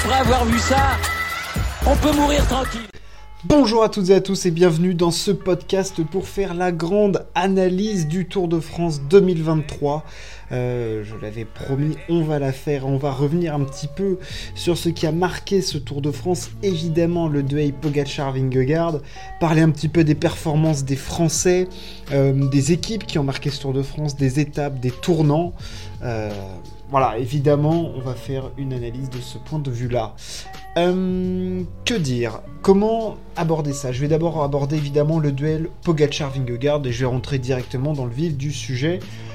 après avoir vu ça, on peut mourir tranquille. Bonjour à toutes et à tous et bienvenue dans ce podcast pour faire la grande analyse du Tour de France 2023. Je l'avais promis, on va la faire, on va revenir un petit peu sur ce qui a marqué ce Tour de France, évidemment le duel Pogačar-Vingegaard, parler un petit peu des performances des Français, des équipes qui ont marqué ce Tour de France, des étapes, des tournants. Voilà, évidemment, on va faire une analyse de ce point de vue-là. Que dire ? Comment aborder ça ? Je vais d'abord aborder évidemment le duel Pogačar-Vingegaard et je vais rentrer directement dans le vif du sujet.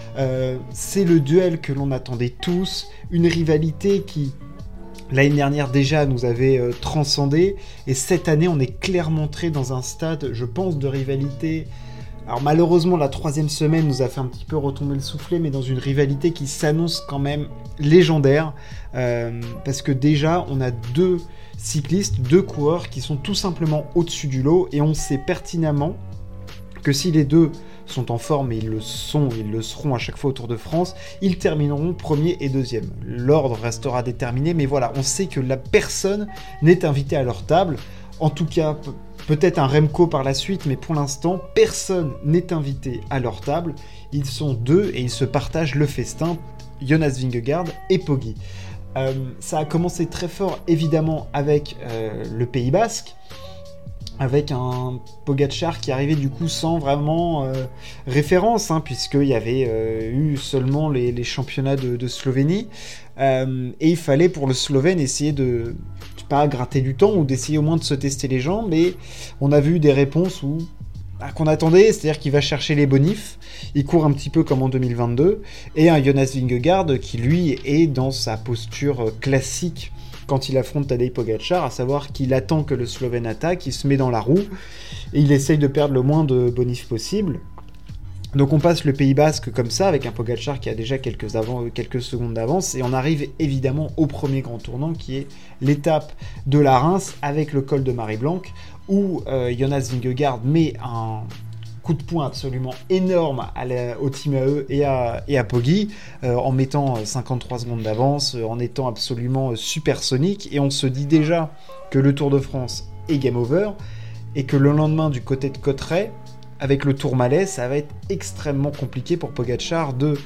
C'est le duel que l'on attendait tous, une rivalité qui, l'année dernière déjà, nous avait transcendé, et cette année, on est clairement entré dans un stade, je pense, de rivalité. Alors malheureusement, la troisième semaine nous a fait un petit peu retomber le soufflet, mais dans une rivalité qui s'annonce quand même légendaire, parce que déjà, on a deux cyclistes, deux coureurs qui sont tout simplement au-dessus du lot, et on sait pertinemment que si les deux sont en forme, et ils le seront à chaque fois au Tour de France, ils termineront premier et deuxième. L'ordre restera déterminé, mais voilà, on sait que la personne n'est invitée à leur table, en tout cas... Peut-être un Remco par la suite, mais pour l'instant, personne n'est invité à leur table. Ils sont deux et ils se partagent le festin, Jonas Vingegaard et Poggi. Ça a commencé très fort, évidemment, avec le Pays Basque, avec un Pogačar qui arrivait du coup sans vraiment référence, puisqu'il y avait eu seulement les championnats de Slovénie. Et il fallait pour le Slovène essayer de... pas gratter du temps ou d'essayer au moins de se tester les jambes, et on a vu des réponses qu'on attendait, c'est-à-dire qu'il va chercher les bonifs, il court un petit peu comme en 2022, et un Jonas Vingegaard qui lui est dans sa posture classique quand il affronte Tadej Pogačar, à savoir qu'il attend que le Slovène attaque, il se met dans la roue, et il essaye de perdre le moins de bonifs possible. Donc on passe le Pays Basque comme ça, avec un Pogačar qui a déjà quelques secondes d'avance, et on arrive évidemment au premier grand tournant, qui est l'étape de la Reims, avec le col de Marie-Blanque, où Jonas Vingegaard met un coup de poing absolument énorme au Team AE et à Poggi, en mettant 53 secondes d'avance, en étant absolument supersonique, et on se dit déjà que le Tour de France est game over, et que le lendemain du côté de Cauterets, avec le Tourmalet, ça va être extrêmement compliqué pour Pogačar de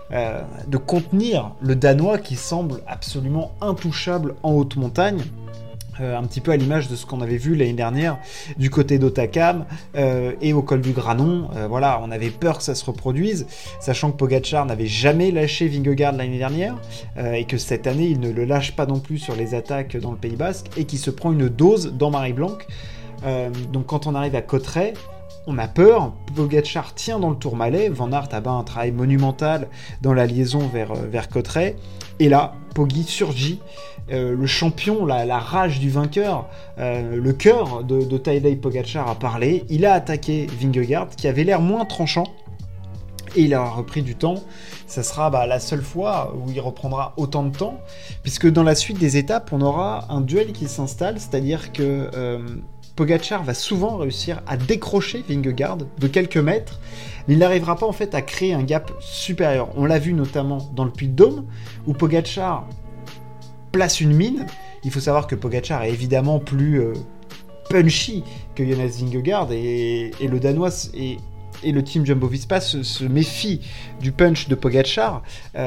contenir le Danois qui semble absolument intouchable en haute montagne, un petit peu à l'image de ce qu'on avait vu l'année dernière du côté d'Otakam et au col du Granon. Voilà, on avait peur que ça se reproduise, sachant que Pogačar n'avait jamais lâché Vingegaard l'année dernière, et que cette année il ne le lâche pas non plus sur les attaques dans le Pays Basque, et qui se prend une dose dans Marie-Blanque. Donc quand on arrive à Cauterets, on a peur, Pogačar tient dans le Tourmalet, Van Aert a un travail monumental dans la liaison vers Cauterets, et là, Poggi surgit, le champion, la rage du vainqueur, le cœur de Tadej Pogačar a parlé, il a attaqué Vingegaard, qui avait l'air moins tranchant, et il a repris du temps. Ça sera la seule fois où il reprendra autant de temps, puisque dans la suite des étapes, on aura un duel qui s'installe, c'est-à-dire que... Pogačar va souvent réussir à décrocher Vingegaard de quelques mètres, mais il n'arrivera pas en fait à créer un gap supérieur. On l'a vu notamment dans le Puy-de-Dôme, où Pogačar place une mine. Il faut savoir que Pogačar est évidemment plus punchy que Jonas Vingegaard, et le Danois et le team Jumbo-Visma se méfient du punch de Pogačar.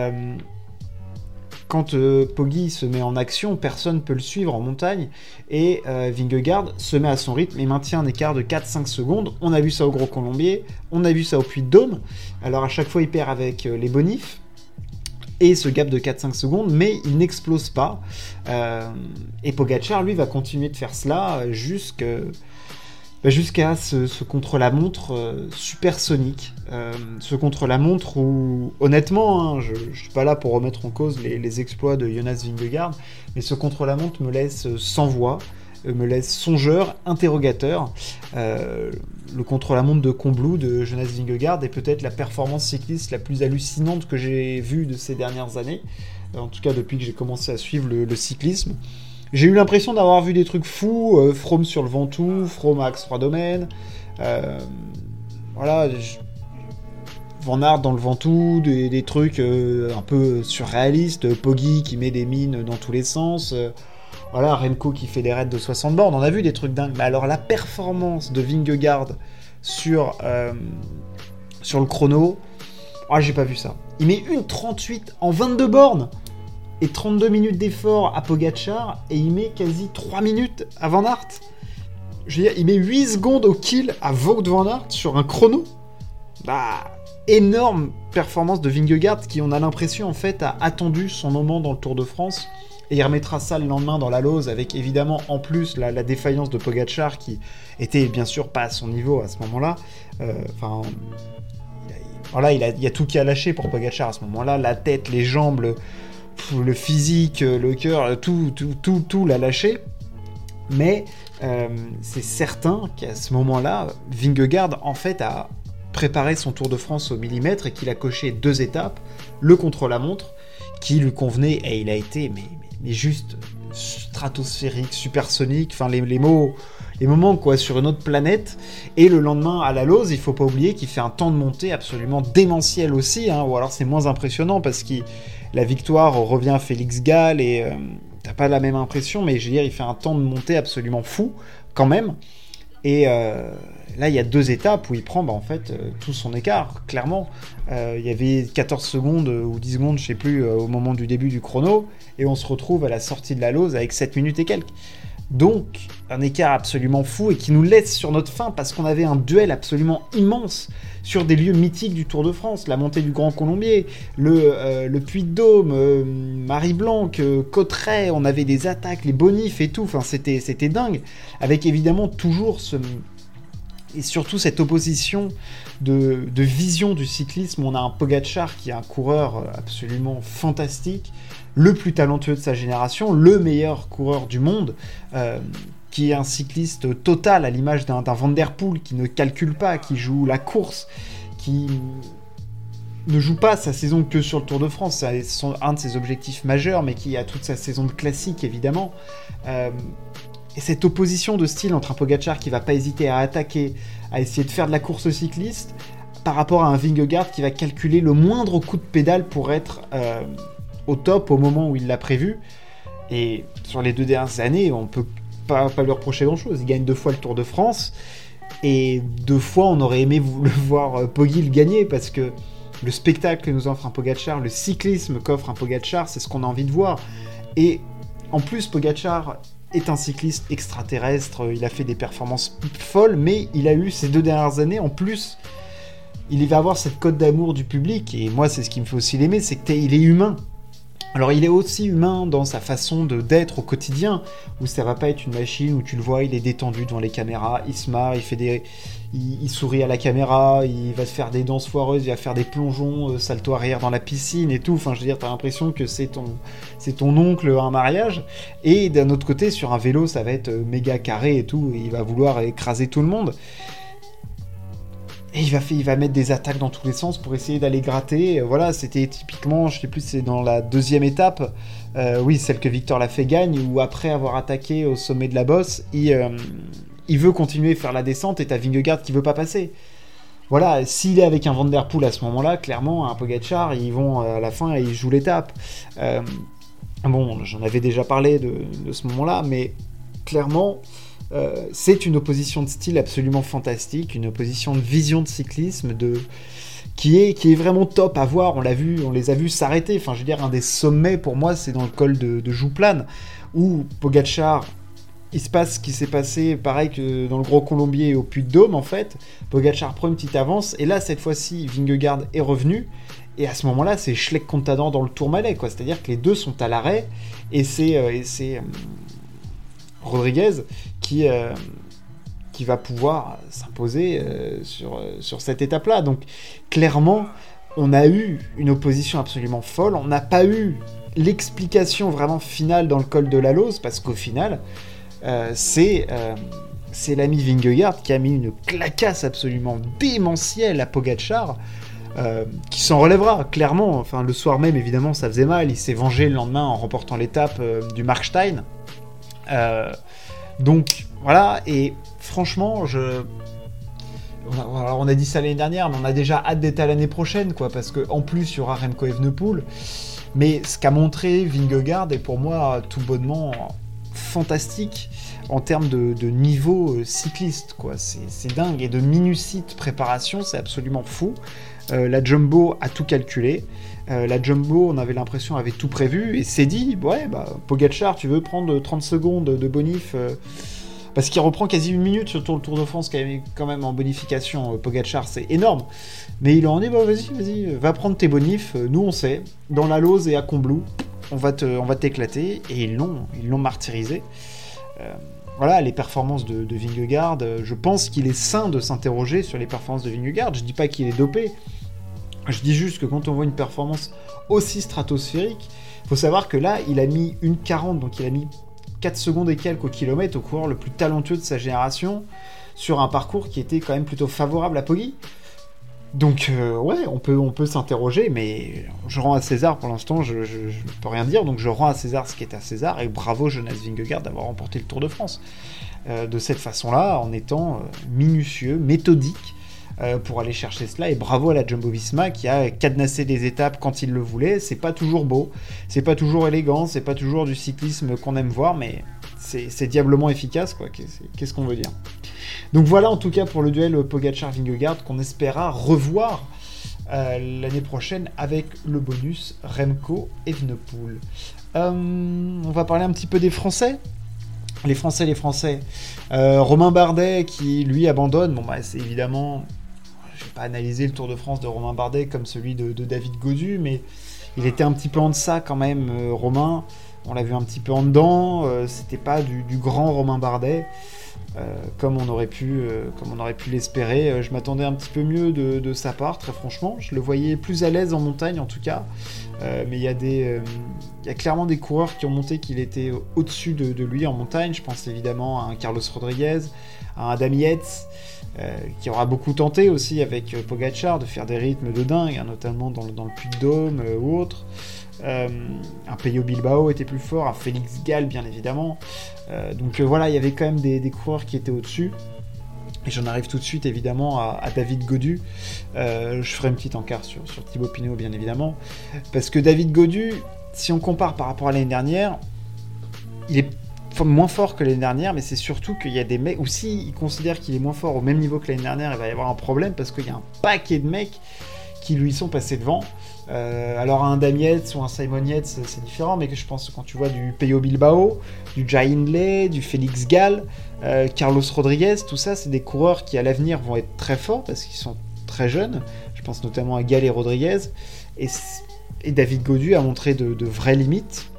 Quand Poggi se met en action, personne ne peut le suivre en montagne, et Vingegaard se met à son rythme et maintient un écart de 4-5 secondes. On a vu ça au Gros Colombier, on a vu ça au Puy-de-Dôme. Alors à chaque fois il perd avec les bonifs, et ce gap de 4-5 secondes, mais il n'explose pas. Et Pogačar, lui, va continuer de faire cela jusqu'à ce contre-la-montre supersonique. Ce contre-la-montre où, honnêtement, je ne suis pas là pour remettre en cause les exploits de Jonas Vingegaard, mais ce contre-la-montre me laisse sans voix, me laisse songeur, interrogateur. Le contre-la-montre de Combloux de Jonas Vingegaard est peut-être la performance cycliste la plus hallucinante que j'ai vue de ces dernières années, en tout cas depuis que j'ai commencé à suivre le cyclisme. J'ai eu l'impression d'avoir vu des trucs fous, Froome sur le Ventoux, Froome à Axe 3 Domaines, voilà, Van Aert dans le Ventoux, des trucs un peu surréalistes, Poggi qui met des mines dans tous les sens, voilà, Remco qui fait des raids de 60 bornes, on a vu des trucs dingues. Mais alors la performance de Vingegaard sur le chrono, j'ai pas vu ça. Il met 1,38 en 22 bornes et 32 minutes d'effort à Pogačar, et il met quasi 3 minutes à Van Aert. Je veux dire, il met 8 secondes au kill à Wout van Aert sur un chrono. Énorme performance de Vingegaard qui, on a l'impression, en fait, a attendu son moment dans le Tour de France, et il remettra ça le lendemain dans la Lose, avec évidemment en plus la défaillance de Pogačar qui était bien sûr pas à son niveau à ce moment-là. Voilà, il y a tout qui a lâché pour Pogačar à ce moment-là, la tête, les jambes, le physique, le cœur, tout l'a lâché. Mais c'est certain qu'à ce moment-là, Vingegaard en fait a préparé son Tour de France au millimètre et qu'il a coché 2 étapes, le contre-la-montre qui lui convenait, et il a été mais juste stratosphérique, supersonique, enfin les moments quoi, sur une autre planète. Et le lendemain à la Lose, il faut pas oublier qu'il fait un temps de montée absolument démentiel aussi, ou alors c'est moins impressionnant parce que la victoire revient à Félix Gall et t'as pas la même impression, mais je veux dire, il fait un temps de montée absolument fou quand même. Et là, il y a 2 étapes où il prend en fait tout son écart, clairement. Il y avait 14 secondes ou 10 secondes, je sais plus, au moment du début du chrono, et on se retrouve à la sortie de la Lose avec 7 minutes et quelques. Donc, un écart absolument fou et qui nous laisse sur notre faim parce qu'on avait un duel absolument immense sur des lieux mythiques du Tour de France, la montée du Grand Colombier, le Puy-de-Dôme, Marie-Blanc, Cauterets, on avait des attaques, les bonifs et tout, enfin c'était dingue, avec évidemment toujours et surtout cette opposition de vision du cyclisme. On a un Pogačar qui est un coureur absolument fantastique, le plus talentueux de sa génération, le meilleur coureur du monde, qui est un cycliste total à l'image d'un Van Der Poel qui ne calcule pas, qui joue la course, qui ne joue pas sa saison que sur le Tour de France, c'est un de ses objectifs majeurs, mais qui a toute sa saison de classique évidemment. Et cette opposition de style entre un Pogačar qui va pas hésiter à attaquer, à essayer de faire de la course cycliste, par rapport à un Vingegaard qui va calculer le moindre coup de pédale pour être au top au moment où il l'a prévu. Et sur les 2 dernières années, on peut pas lui reprocher grand-chose. Il gagne 2 fois le Tour de France, et 2 fois on aurait aimé le voir Poggi le gagner, parce que le spectacle que nous offre un Pogačar, le cyclisme qu'offre un Pogačar, c'est ce qu'on a envie de voir. Et en plus, Pogačar est un cycliste extraterrestre, il a fait des performances folles, mais il a eu ces 2 dernières années, en plus, il va avoir cette cote d'amour du public, et moi c'est ce qui me fait aussi l'aimer, c'est qu'il est humain. Alors il est aussi humain dans sa façon d'être au quotidien, où ça va pas être une machine où tu le vois, il est détendu devant les caméras, il se marre, il sourit à la caméra, il va te faire des danses foireuses, il va faire des plongeons, salto arrière dans la piscine et tout. Enfin, je veux dire, t'as l'impression que c'est ton oncle à un mariage. Et d'un autre côté, sur un vélo, ça va être méga carré et tout, et il va vouloir écraser tout le monde. Et il va mettre des attaques dans tous les sens pour essayer d'aller gratter. Voilà, c'était typiquement, je sais plus, c'est dans la 2e étape, celle que Victor Lafay gagne, où après avoir attaqué au sommet de la bosse, il veut continuer à faire la descente, et t'as Vingegaard qui veut pas passer. Voilà, s'il est avec un Van Der Poel à ce moment-là, clairement, un Pogačar, ils vont à la fin et ils jouent l'étape. J'en avais déjà parlé de ce moment-là, mais clairement, c'est une opposition de style absolument fantastique, une opposition de vision de cyclisme qui est vraiment top à voir. On les a vus s'arrêter. Enfin, je veux dire, un des sommets pour moi, c'est dans le col de Jouplane, où Pogačar, il se passe ce qui s'est passé pareil que dans le Gros Colombier et au Puy-de-Dôme en fait. Pogačar prend une petite avance, et là cette fois-ci Vingegaard est revenu, et à ce moment-là c'est Schleck-Contador dans le Tourmalet, quoi. C'est-à-dire que les deux sont à l'arrêt, et c'est Rodriguez qui va pouvoir s'imposer sur cette étape-là. Donc clairement, on a eu une opposition absolument folle. On n'a pas eu l'explication vraiment finale dans le col de la Lose, parce qu'au final, c'est l'ami Vingegaard qui a mis une clacasse absolument démentielle à Pogačar, qui s'en relèvera, clairement. Enfin, le soir même, évidemment, ça faisait mal. Il s'est vengé le lendemain en remportant l'étape du Markstein. Donc voilà, et franchement, alors on a dit ça l'année dernière, mais on a déjà hâte d'être à l'année prochaine, quoi, parce qu'en plus il y aura Remco Evenepoel. Mais ce qu'a montré Vingegaard est pour moi tout bonnement fantastique en termes de niveau cycliste, quoi. C'est dingue, et de minutie de préparation, c'est absolument fou. La Jumbo a tout calculé. La Jumbo, on avait l'impression, avait tout prévu, et s'est dit, ouais, Pogačar, tu veux prendre 30 secondes de bonif, parce qu'il reprend quasi 1 minute sur le Tour de France, quand même en bonification, Pogačar, c'est énorme. Mais il leur a dit, vas-y, va prendre tes bonifs, nous on sait, dans la Lose et à Combloux, on va t'éclater, et ils l'ont martyrisé. Voilà, les performances de Vingegaard, je pense qu'il est sain de s'interroger sur les performances de Vingegaard. Je dis pas qu'il est dopé, je dis juste que quand on voit une performance aussi stratosphérique, il faut savoir que là, il a mis 1,40, donc il a mis 4 secondes et quelques au kilomètre au coureur le plus talentueux de sa génération, sur un parcours qui était quand même plutôt favorable à Poggi. Donc ouais, on peut s'interroger, mais je rends à César pour l'instant, je peux rien dire, donc je rends à César ce qui est à César, et bravo Jonas Vingegaard d'avoir remporté le Tour de France de cette façon-là, en étant minutieux, méthodique, pour aller chercher cela, et bravo à la Jumbo-Visma qui a cadenassé des étapes quand il le voulait. C'est pas toujours beau, c'est pas toujours élégant, c'est pas toujours du cyclisme qu'on aime voir, mais c'est diablement efficace, quoi. Qu'est-ce qu'on veut dire ? Donc voilà, en tout cas pour le duel Pogačar-Vingegaard, qu'on espéra revoir l'année prochaine avec le bonus Remco Evenepoel. On va parler un petit peu des Français. Les Français. Romain Bardet qui lui abandonne. Bon c'est évidemment, je vais pas analyser le Tour de France de Romain Bardet comme celui de David Gaudu, mais il était un petit peu en deçà quand même, Romain. On l'a vu un petit peu en dedans. C'était pas du grand Romain Bardet. Comme on aurait pu l'espérer. Je m'attendais un petit peu mieux de sa part, très franchement. Je le voyais plus à l'aise en montagne en tout cas. Mais il y a clairement des coureurs qui ont monté qu'il était au-dessus de lui en montagne. Je pense évidemment à un Carlos Rodriguez, à un Adam Yates, qui aura beaucoup tenté aussi avec Pogačar de faire des rythmes de dingue, hein, notamment dans le Puy-de-Dôme ou autre. Un Peyo Bilbao était plus fort, un Félix Gall bien évidemment. Donc voilà, il y avait quand même des coureurs qui étaient au-dessus. Et j'en arrive tout de suite évidemment à David Gaudu. Je ferai une petite encart sur Thibaut Pinot bien évidemment. Parce que David Gaudu, si on compare par rapport à l'année dernière, il est moins fort que l'année dernière, mais c'est surtout qu'il y a des mecs, ou s'ils considèrent qu'il est moins fort au même niveau que l'année dernière, il va y avoir un problème parce qu'il y a un paquet de mecs qui lui sont passés devant. Alors un Adam Yates ou un Simon Yates, c'est différent, mais que je pense que quand tu vois du Peyo Bilbao, du Jai Hindley, du Félix Gall, Carlos Rodriguez, tout ça, c'est des coureurs qui à l'avenir vont être très forts parce qu'ils sont très jeunes. Je pense notamment à Gall et Rodriguez. Et David Gaudu a montré de vraies limites.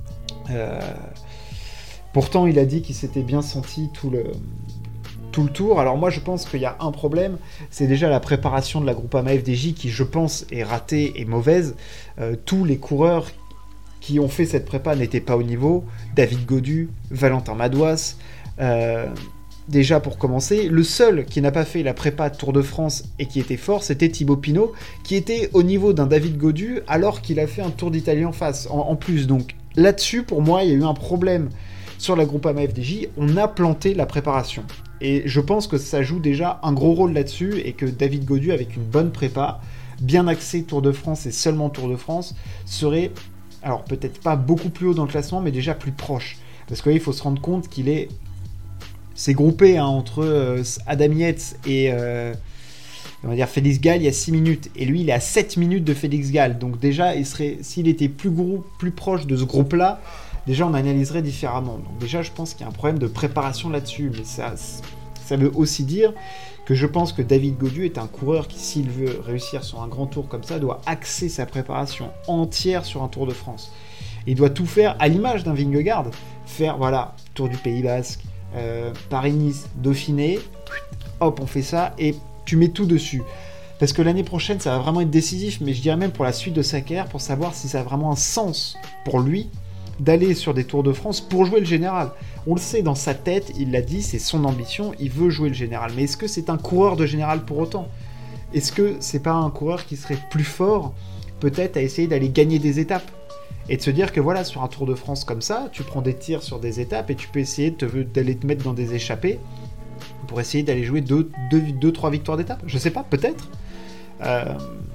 Pourtant, il a dit qu'il s'était bien senti tout le tour. Alors moi, je pense qu'il y a un problème, c'est déjà la préparation de la Groupama FDJ qui, je pense, est ratée et mauvaise. Tous les coureurs qui ont fait cette prépa n'étaient pas au niveau. David Gaudu, Valentin Madouas, déjà pour commencer. Le seul qui n'a pas fait la prépa Tour de France et qui était fort, c'était Thibaut Pinot, qui était au niveau d'un David Gaudu alors qu'il a fait un Tour d'Italie en face, en plus. Donc là-dessus, pour moi, il y a eu un problème sur la Groupama FDJ. On a planté la préparation. Et je pense que ça joue déjà un gros rôle là-dessus, et que David Gaudu, avec une bonne prépa, bien axé Tour de France et seulement Tour de France, serait, alors peut-être pas beaucoup plus haut dans le classement, mais déjà plus proche. Parce qu'il faut se rendre compte c'est groupé entre Adam Yates et on va dire Félix Gall, il y a 6 minutes. Et lui, il est à 7 minutes de Félix Gall. Donc déjà, s'il était plus proche de ce groupe-là, déjà on analyserait différemment. Donc déjà, je pense qu'il y a un problème de préparation là-dessus. Mais ça veut aussi dire que je pense que David Gaudu est un coureur qui, s'il veut réussir sur un grand tour comme ça, doit axer sa préparation entière sur un Tour de France. Il doit tout faire à l'image d'un Vingegaard. Faire, voilà, Tour du Pays Basque, Paris-Nice, Dauphiné, hop, on fait ça, et tu mets tout dessus. Parce que l'année prochaine, ça va vraiment être décisif, mais je dirais même pour la suite de sa carrière, pour savoir si ça a vraiment un sens pour lui d'aller sur des Tours de France pour jouer le général. On le sait, dans sa tête, il l'a dit, c'est son ambition, il veut jouer le général. Mais est-ce que c'est un coureur de général pour autant ? Est-ce que c'est pas un coureur qui serait plus fort, peut-être, à essayer d'aller gagner des étapes ? Et de se dire que voilà, sur un Tour de France comme ça, tu prends des tirs sur des étapes et tu peux essayer d'aller te mettre dans des échappées pour essayer d'aller jouer 2-3 victoires d'étape. Je sais pas, peut-être.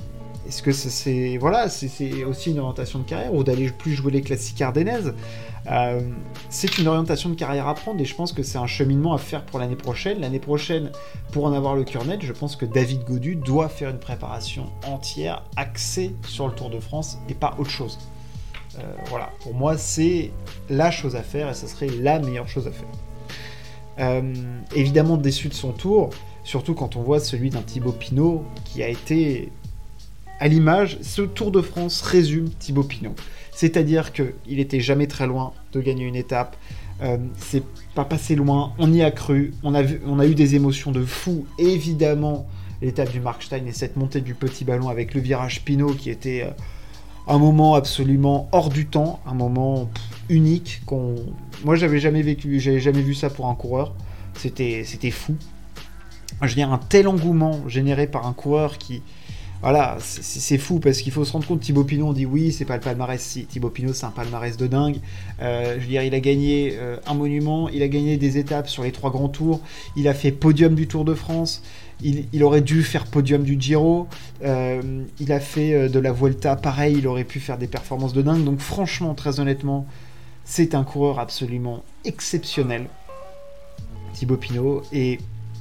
est-ce que c'est aussi une orientation de carrière, ou d'aller plus jouer les classiques ardennaises? C'est une orientation de carrière à prendre, et je pense que c'est un cheminement à faire pour l'année prochaine. L'année prochaine, pour en avoir le cœur net, je pense que David Gaudu doit faire une préparation entière axée sur le Tour de France et pas autre chose. Voilà, pour moi, c'est la chose à faire, et ça serait la meilleure chose à faire. Évidemment déçu de son tour, surtout quand on voit celui d'un Thibaut Pinot qui a été à l'image. Ce Tour de France résume Thibaut Pinot, c'est-à-dire qu'il était jamais très loin de gagner une étape, c'est pas passé loin, on y a cru, on a eu des émotions de fou, évidemment l'étape du Markstein et cette montée du petit ballon avec le virage Pinot qui était un moment absolument hors du temps, un moment unique moi j'avais jamais vu ça pour un coureur, c'était fou. Je veux dire, un tel engouement généré par un coureur qui... Voilà, c'est fou, parce qu'il faut se rendre compte, Thibaut Pinot, on dit oui, c'est pas le palmarès, si, Thibaut Pinot c'est un palmarès de dingue, je veux dire, il a gagné un monument, il a gagné des étapes sur les 3 grands tours, il a fait podium du Tour de France, il aurait dû faire podium du Giro, il a fait de la Vuelta, pareil, il aurait pu faire des performances de dingue, donc franchement, très honnêtement, c'est un coureur absolument exceptionnel, Thibaut Pinot, et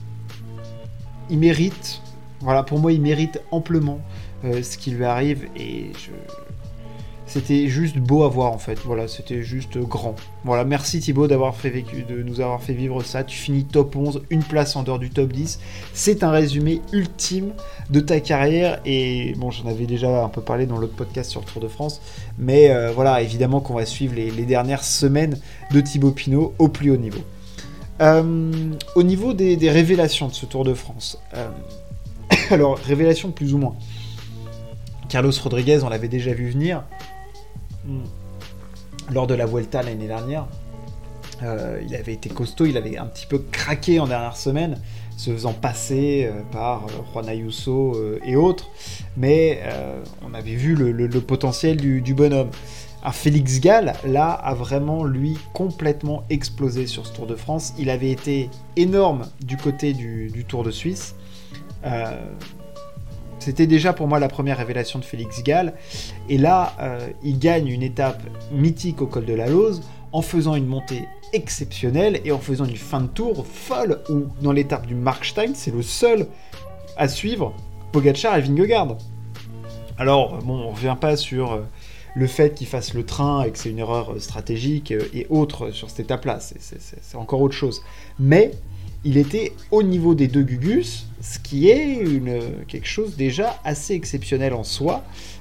il mérite... Voilà, pour moi, il mérite amplement ce qui lui arrive, et c'était juste beau à voir, en fait. Voilà, c'était juste grand. Voilà, merci Thibaut de nous avoir fait vivre ça. Tu finis top 11, une place en dehors du top 10. C'est un résumé ultime de ta carrière, et bon, j'en avais déjà un peu parlé dans l'autre podcast sur le Tour de France, mais voilà, évidemment qu'on va suivre les dernières semaines de Thibaut Pinot au plus haut niveau. Au niveau des révélations de ce Tour de France... Alors, révélation plus ou moins. Carlos Rodriguez, on l'avait déjà vu venir lors de la Vuelta l'année dernière. Il avait été costaud, il avait un petit peu craqué en dernière semaine, se faisant passer par Juan Ayuso et autres. Mais on avait vu le potentiel du bonhomme. Félix Gall, là, a vraiment, lui, complètement explosé sur ce Tour de France. Il avait été énorme du côté du Tour de Suisse. C'était déjà pour moi la première révélation de Félix Gall, et là il gagne une étape mythique au col de la Lauze en faisant une montée exceptionnelle et en faisant une fin de tour folle, où dans l'étape du Markstein c'est le seul à suivre Pogačar et Vingegaard. Alors bon, on revient pas sur le fait qu'il fasse le train et que c'est une erreur stratégique et autres sur cette étape là, c'est encore autre chose, mais il était au niveau des deux Gugus, ce qui est quelque chose déjà assez exceptionnel en soi.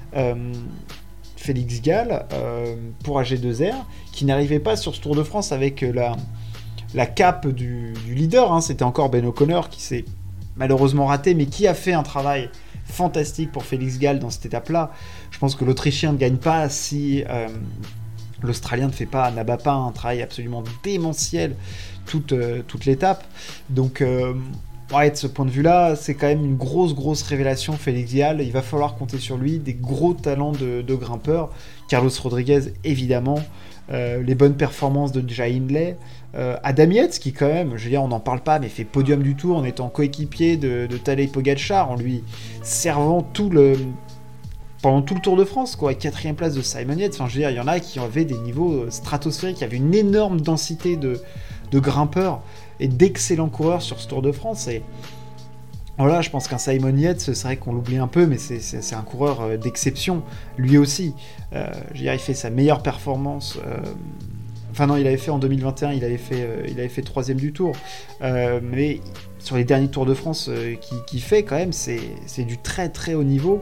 Félix Gall, pour AG2R, qui n'arrivait pas sur ce Tour de France avec la cape du leader, hein. C'était encore Ben O'Connor qui s'est malheureusement raté, mais qui a fait un travail fantastique pour Félix Gall dans cette étape-là. Je pense que l'Autrichien ne gagne pas si l'Australien n'abat pas un travail absolument démentiel toute l'étape. Donc, de ce point de vue-là, c'est quand même une grosse révélation, Félix Gall. Il va falloir compter sur lui, des gros talents de grimpeur. Carlos Rodriguez, évidemment. Les bonnes performances de Jai Hindley. Adam Yates, qui quand même, je veux dire, on n'en parle pas, mais fait podium du Tour en étant coéquipier de Tadej Pogačar, en lui servant pendant tout le Tour de France, quoi, 4ème place de Simon Yates. Enfin, je veux dire, il y en a qui avaient des niveaux stratosphériques, qui avaient une énorme densité de grimpeurs et d'excellents coureurs sur ce Tour de France. Et voilà, je pense qu'un Simon Yates, c'est vrai qu'on l'oublie un peu, mais c'est un coureur d'exception, lui aussi. Je veux dire, il fait sa meilleure performance. Enfin non, il avait fait en 2021, il avait fait 3ème du Tour. Mais sur les derniers Tours de France qu'il fait, quand même, c'est du très haut niveau.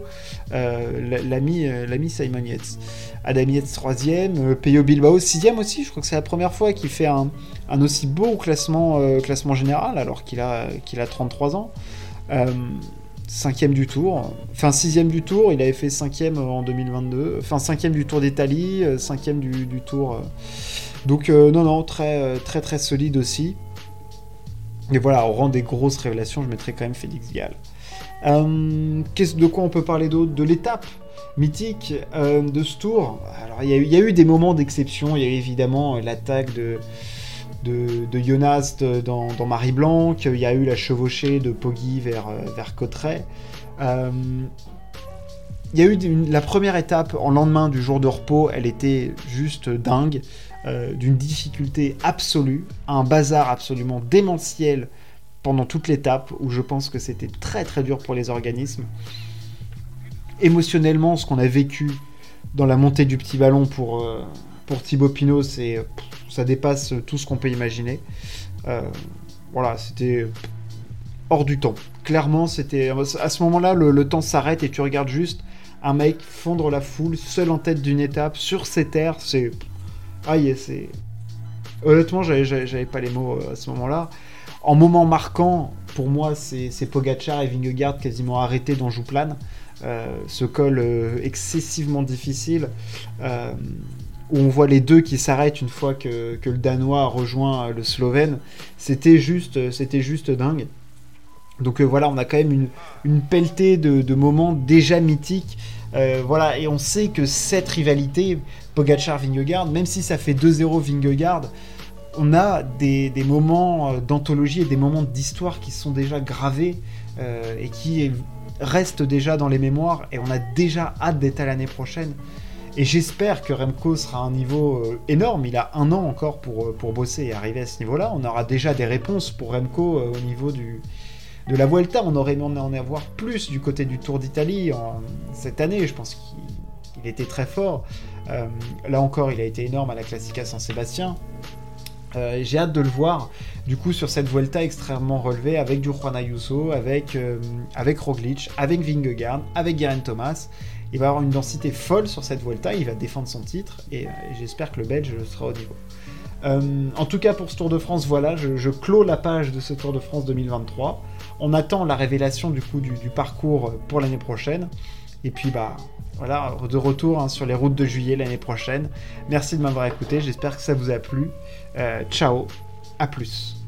L'ami Simon Yates. Adam Yates 3ème, Pello Bilbao 6ème aussi. Je crois que c'est la première fois qu'il fait un aussi beau classement général, alors qu'il a 33 ans. 5ème du Tour, enfin 6ème du Tour, il avait fait 5ème en 2022, enfin 5ème du Tour d'Italie, 5ème du Tour. Donc non, très solide aussi. Et voilà, au rang des grosses révélations, je mettrais quand même Félix Gall. De quoi on peut parler d'autre? De l'étape mythique de ce Tour. Alors il y a eu des moments d'exception. Il y a eu évidemment l'attaque de Jonas dans Marie-Blanque. Il y a eu la chevauchée de Poggi vers Cotterêts. Il y a eu la première étape en lendemain du jour de repos, elle était juste dingue, d'une difficulté absolue, un bazar absolument démentiel pendant toute l'étape, où je pense que c'était très très dur pour les organismes. Émotionnellement, ce qu'on a vécu dans la montée du petit ballon pour Thibaut Pinot, ça dépasse tout ce qu'on peut imaginer. Voilà, c'était hors du temps. Clairement, c'était à ce moment-là, le temps s'arrête et tu regardes juste un mec fondre la foule, seul en tête d'une étape, sur ses terres. C'est... Honnêtement, j'avais pas les mots à ce moment-là. En moment marquant, pour moi, c'est Pogačar et Vingegaard quasiment arrêtés dans Jouplane. Ce col excessivement difficile, où on voit les deux qui s'arrêtent une fois que le Danois a rejoint le Slovène. C'était juste dingue. Donc voilà, on a quand même une pelletée de moments déjà mythiques. Voilà, et on sait que cette rivalité, Pogačar-Vingegaard, même si ça fait 2-0 Vingegaard, on a des moments d'anthologie et des moments d'histoire qui sont déjà gravés et qui restent déjà dans les mémoires, et on a déjà hâte d'être à l'année prochaine. Et j'espère que Remco sera à un niveau énorme. Il a 1 an encore pour bosser et arriver à ce niveau-là. On aura déjà des réponses pour Remco au niveau de la Vuelta. On aurait aimé en avoir plus du côté du Tour d'Italie cette année. Je pense qu'il était très fort. Là encore, il a été énorme à la Classica San Sébastien. J'ai hâte de le voir du coup sur cette Vuelta extrêmement relevée, avec du Juan Ayuso, avec Roglic, avec Vingegaard, avec Geraint Thomas. Il va avoir une densité folle sur cette Vuelta, il va défendre son titre et j'espère que le Belge sera au niveau. En tout cas pour ce Tour de France, voilà, je clôt la page de ce Tour de France 2023. On attend la révélation du coup du parcours pour l'année prochaine. Et puis voilà, de retour sur les routes de juillet l'année prochaine. Merci de m'avoir écouté, j'espère que ça vous a plu. Ciao, à plus.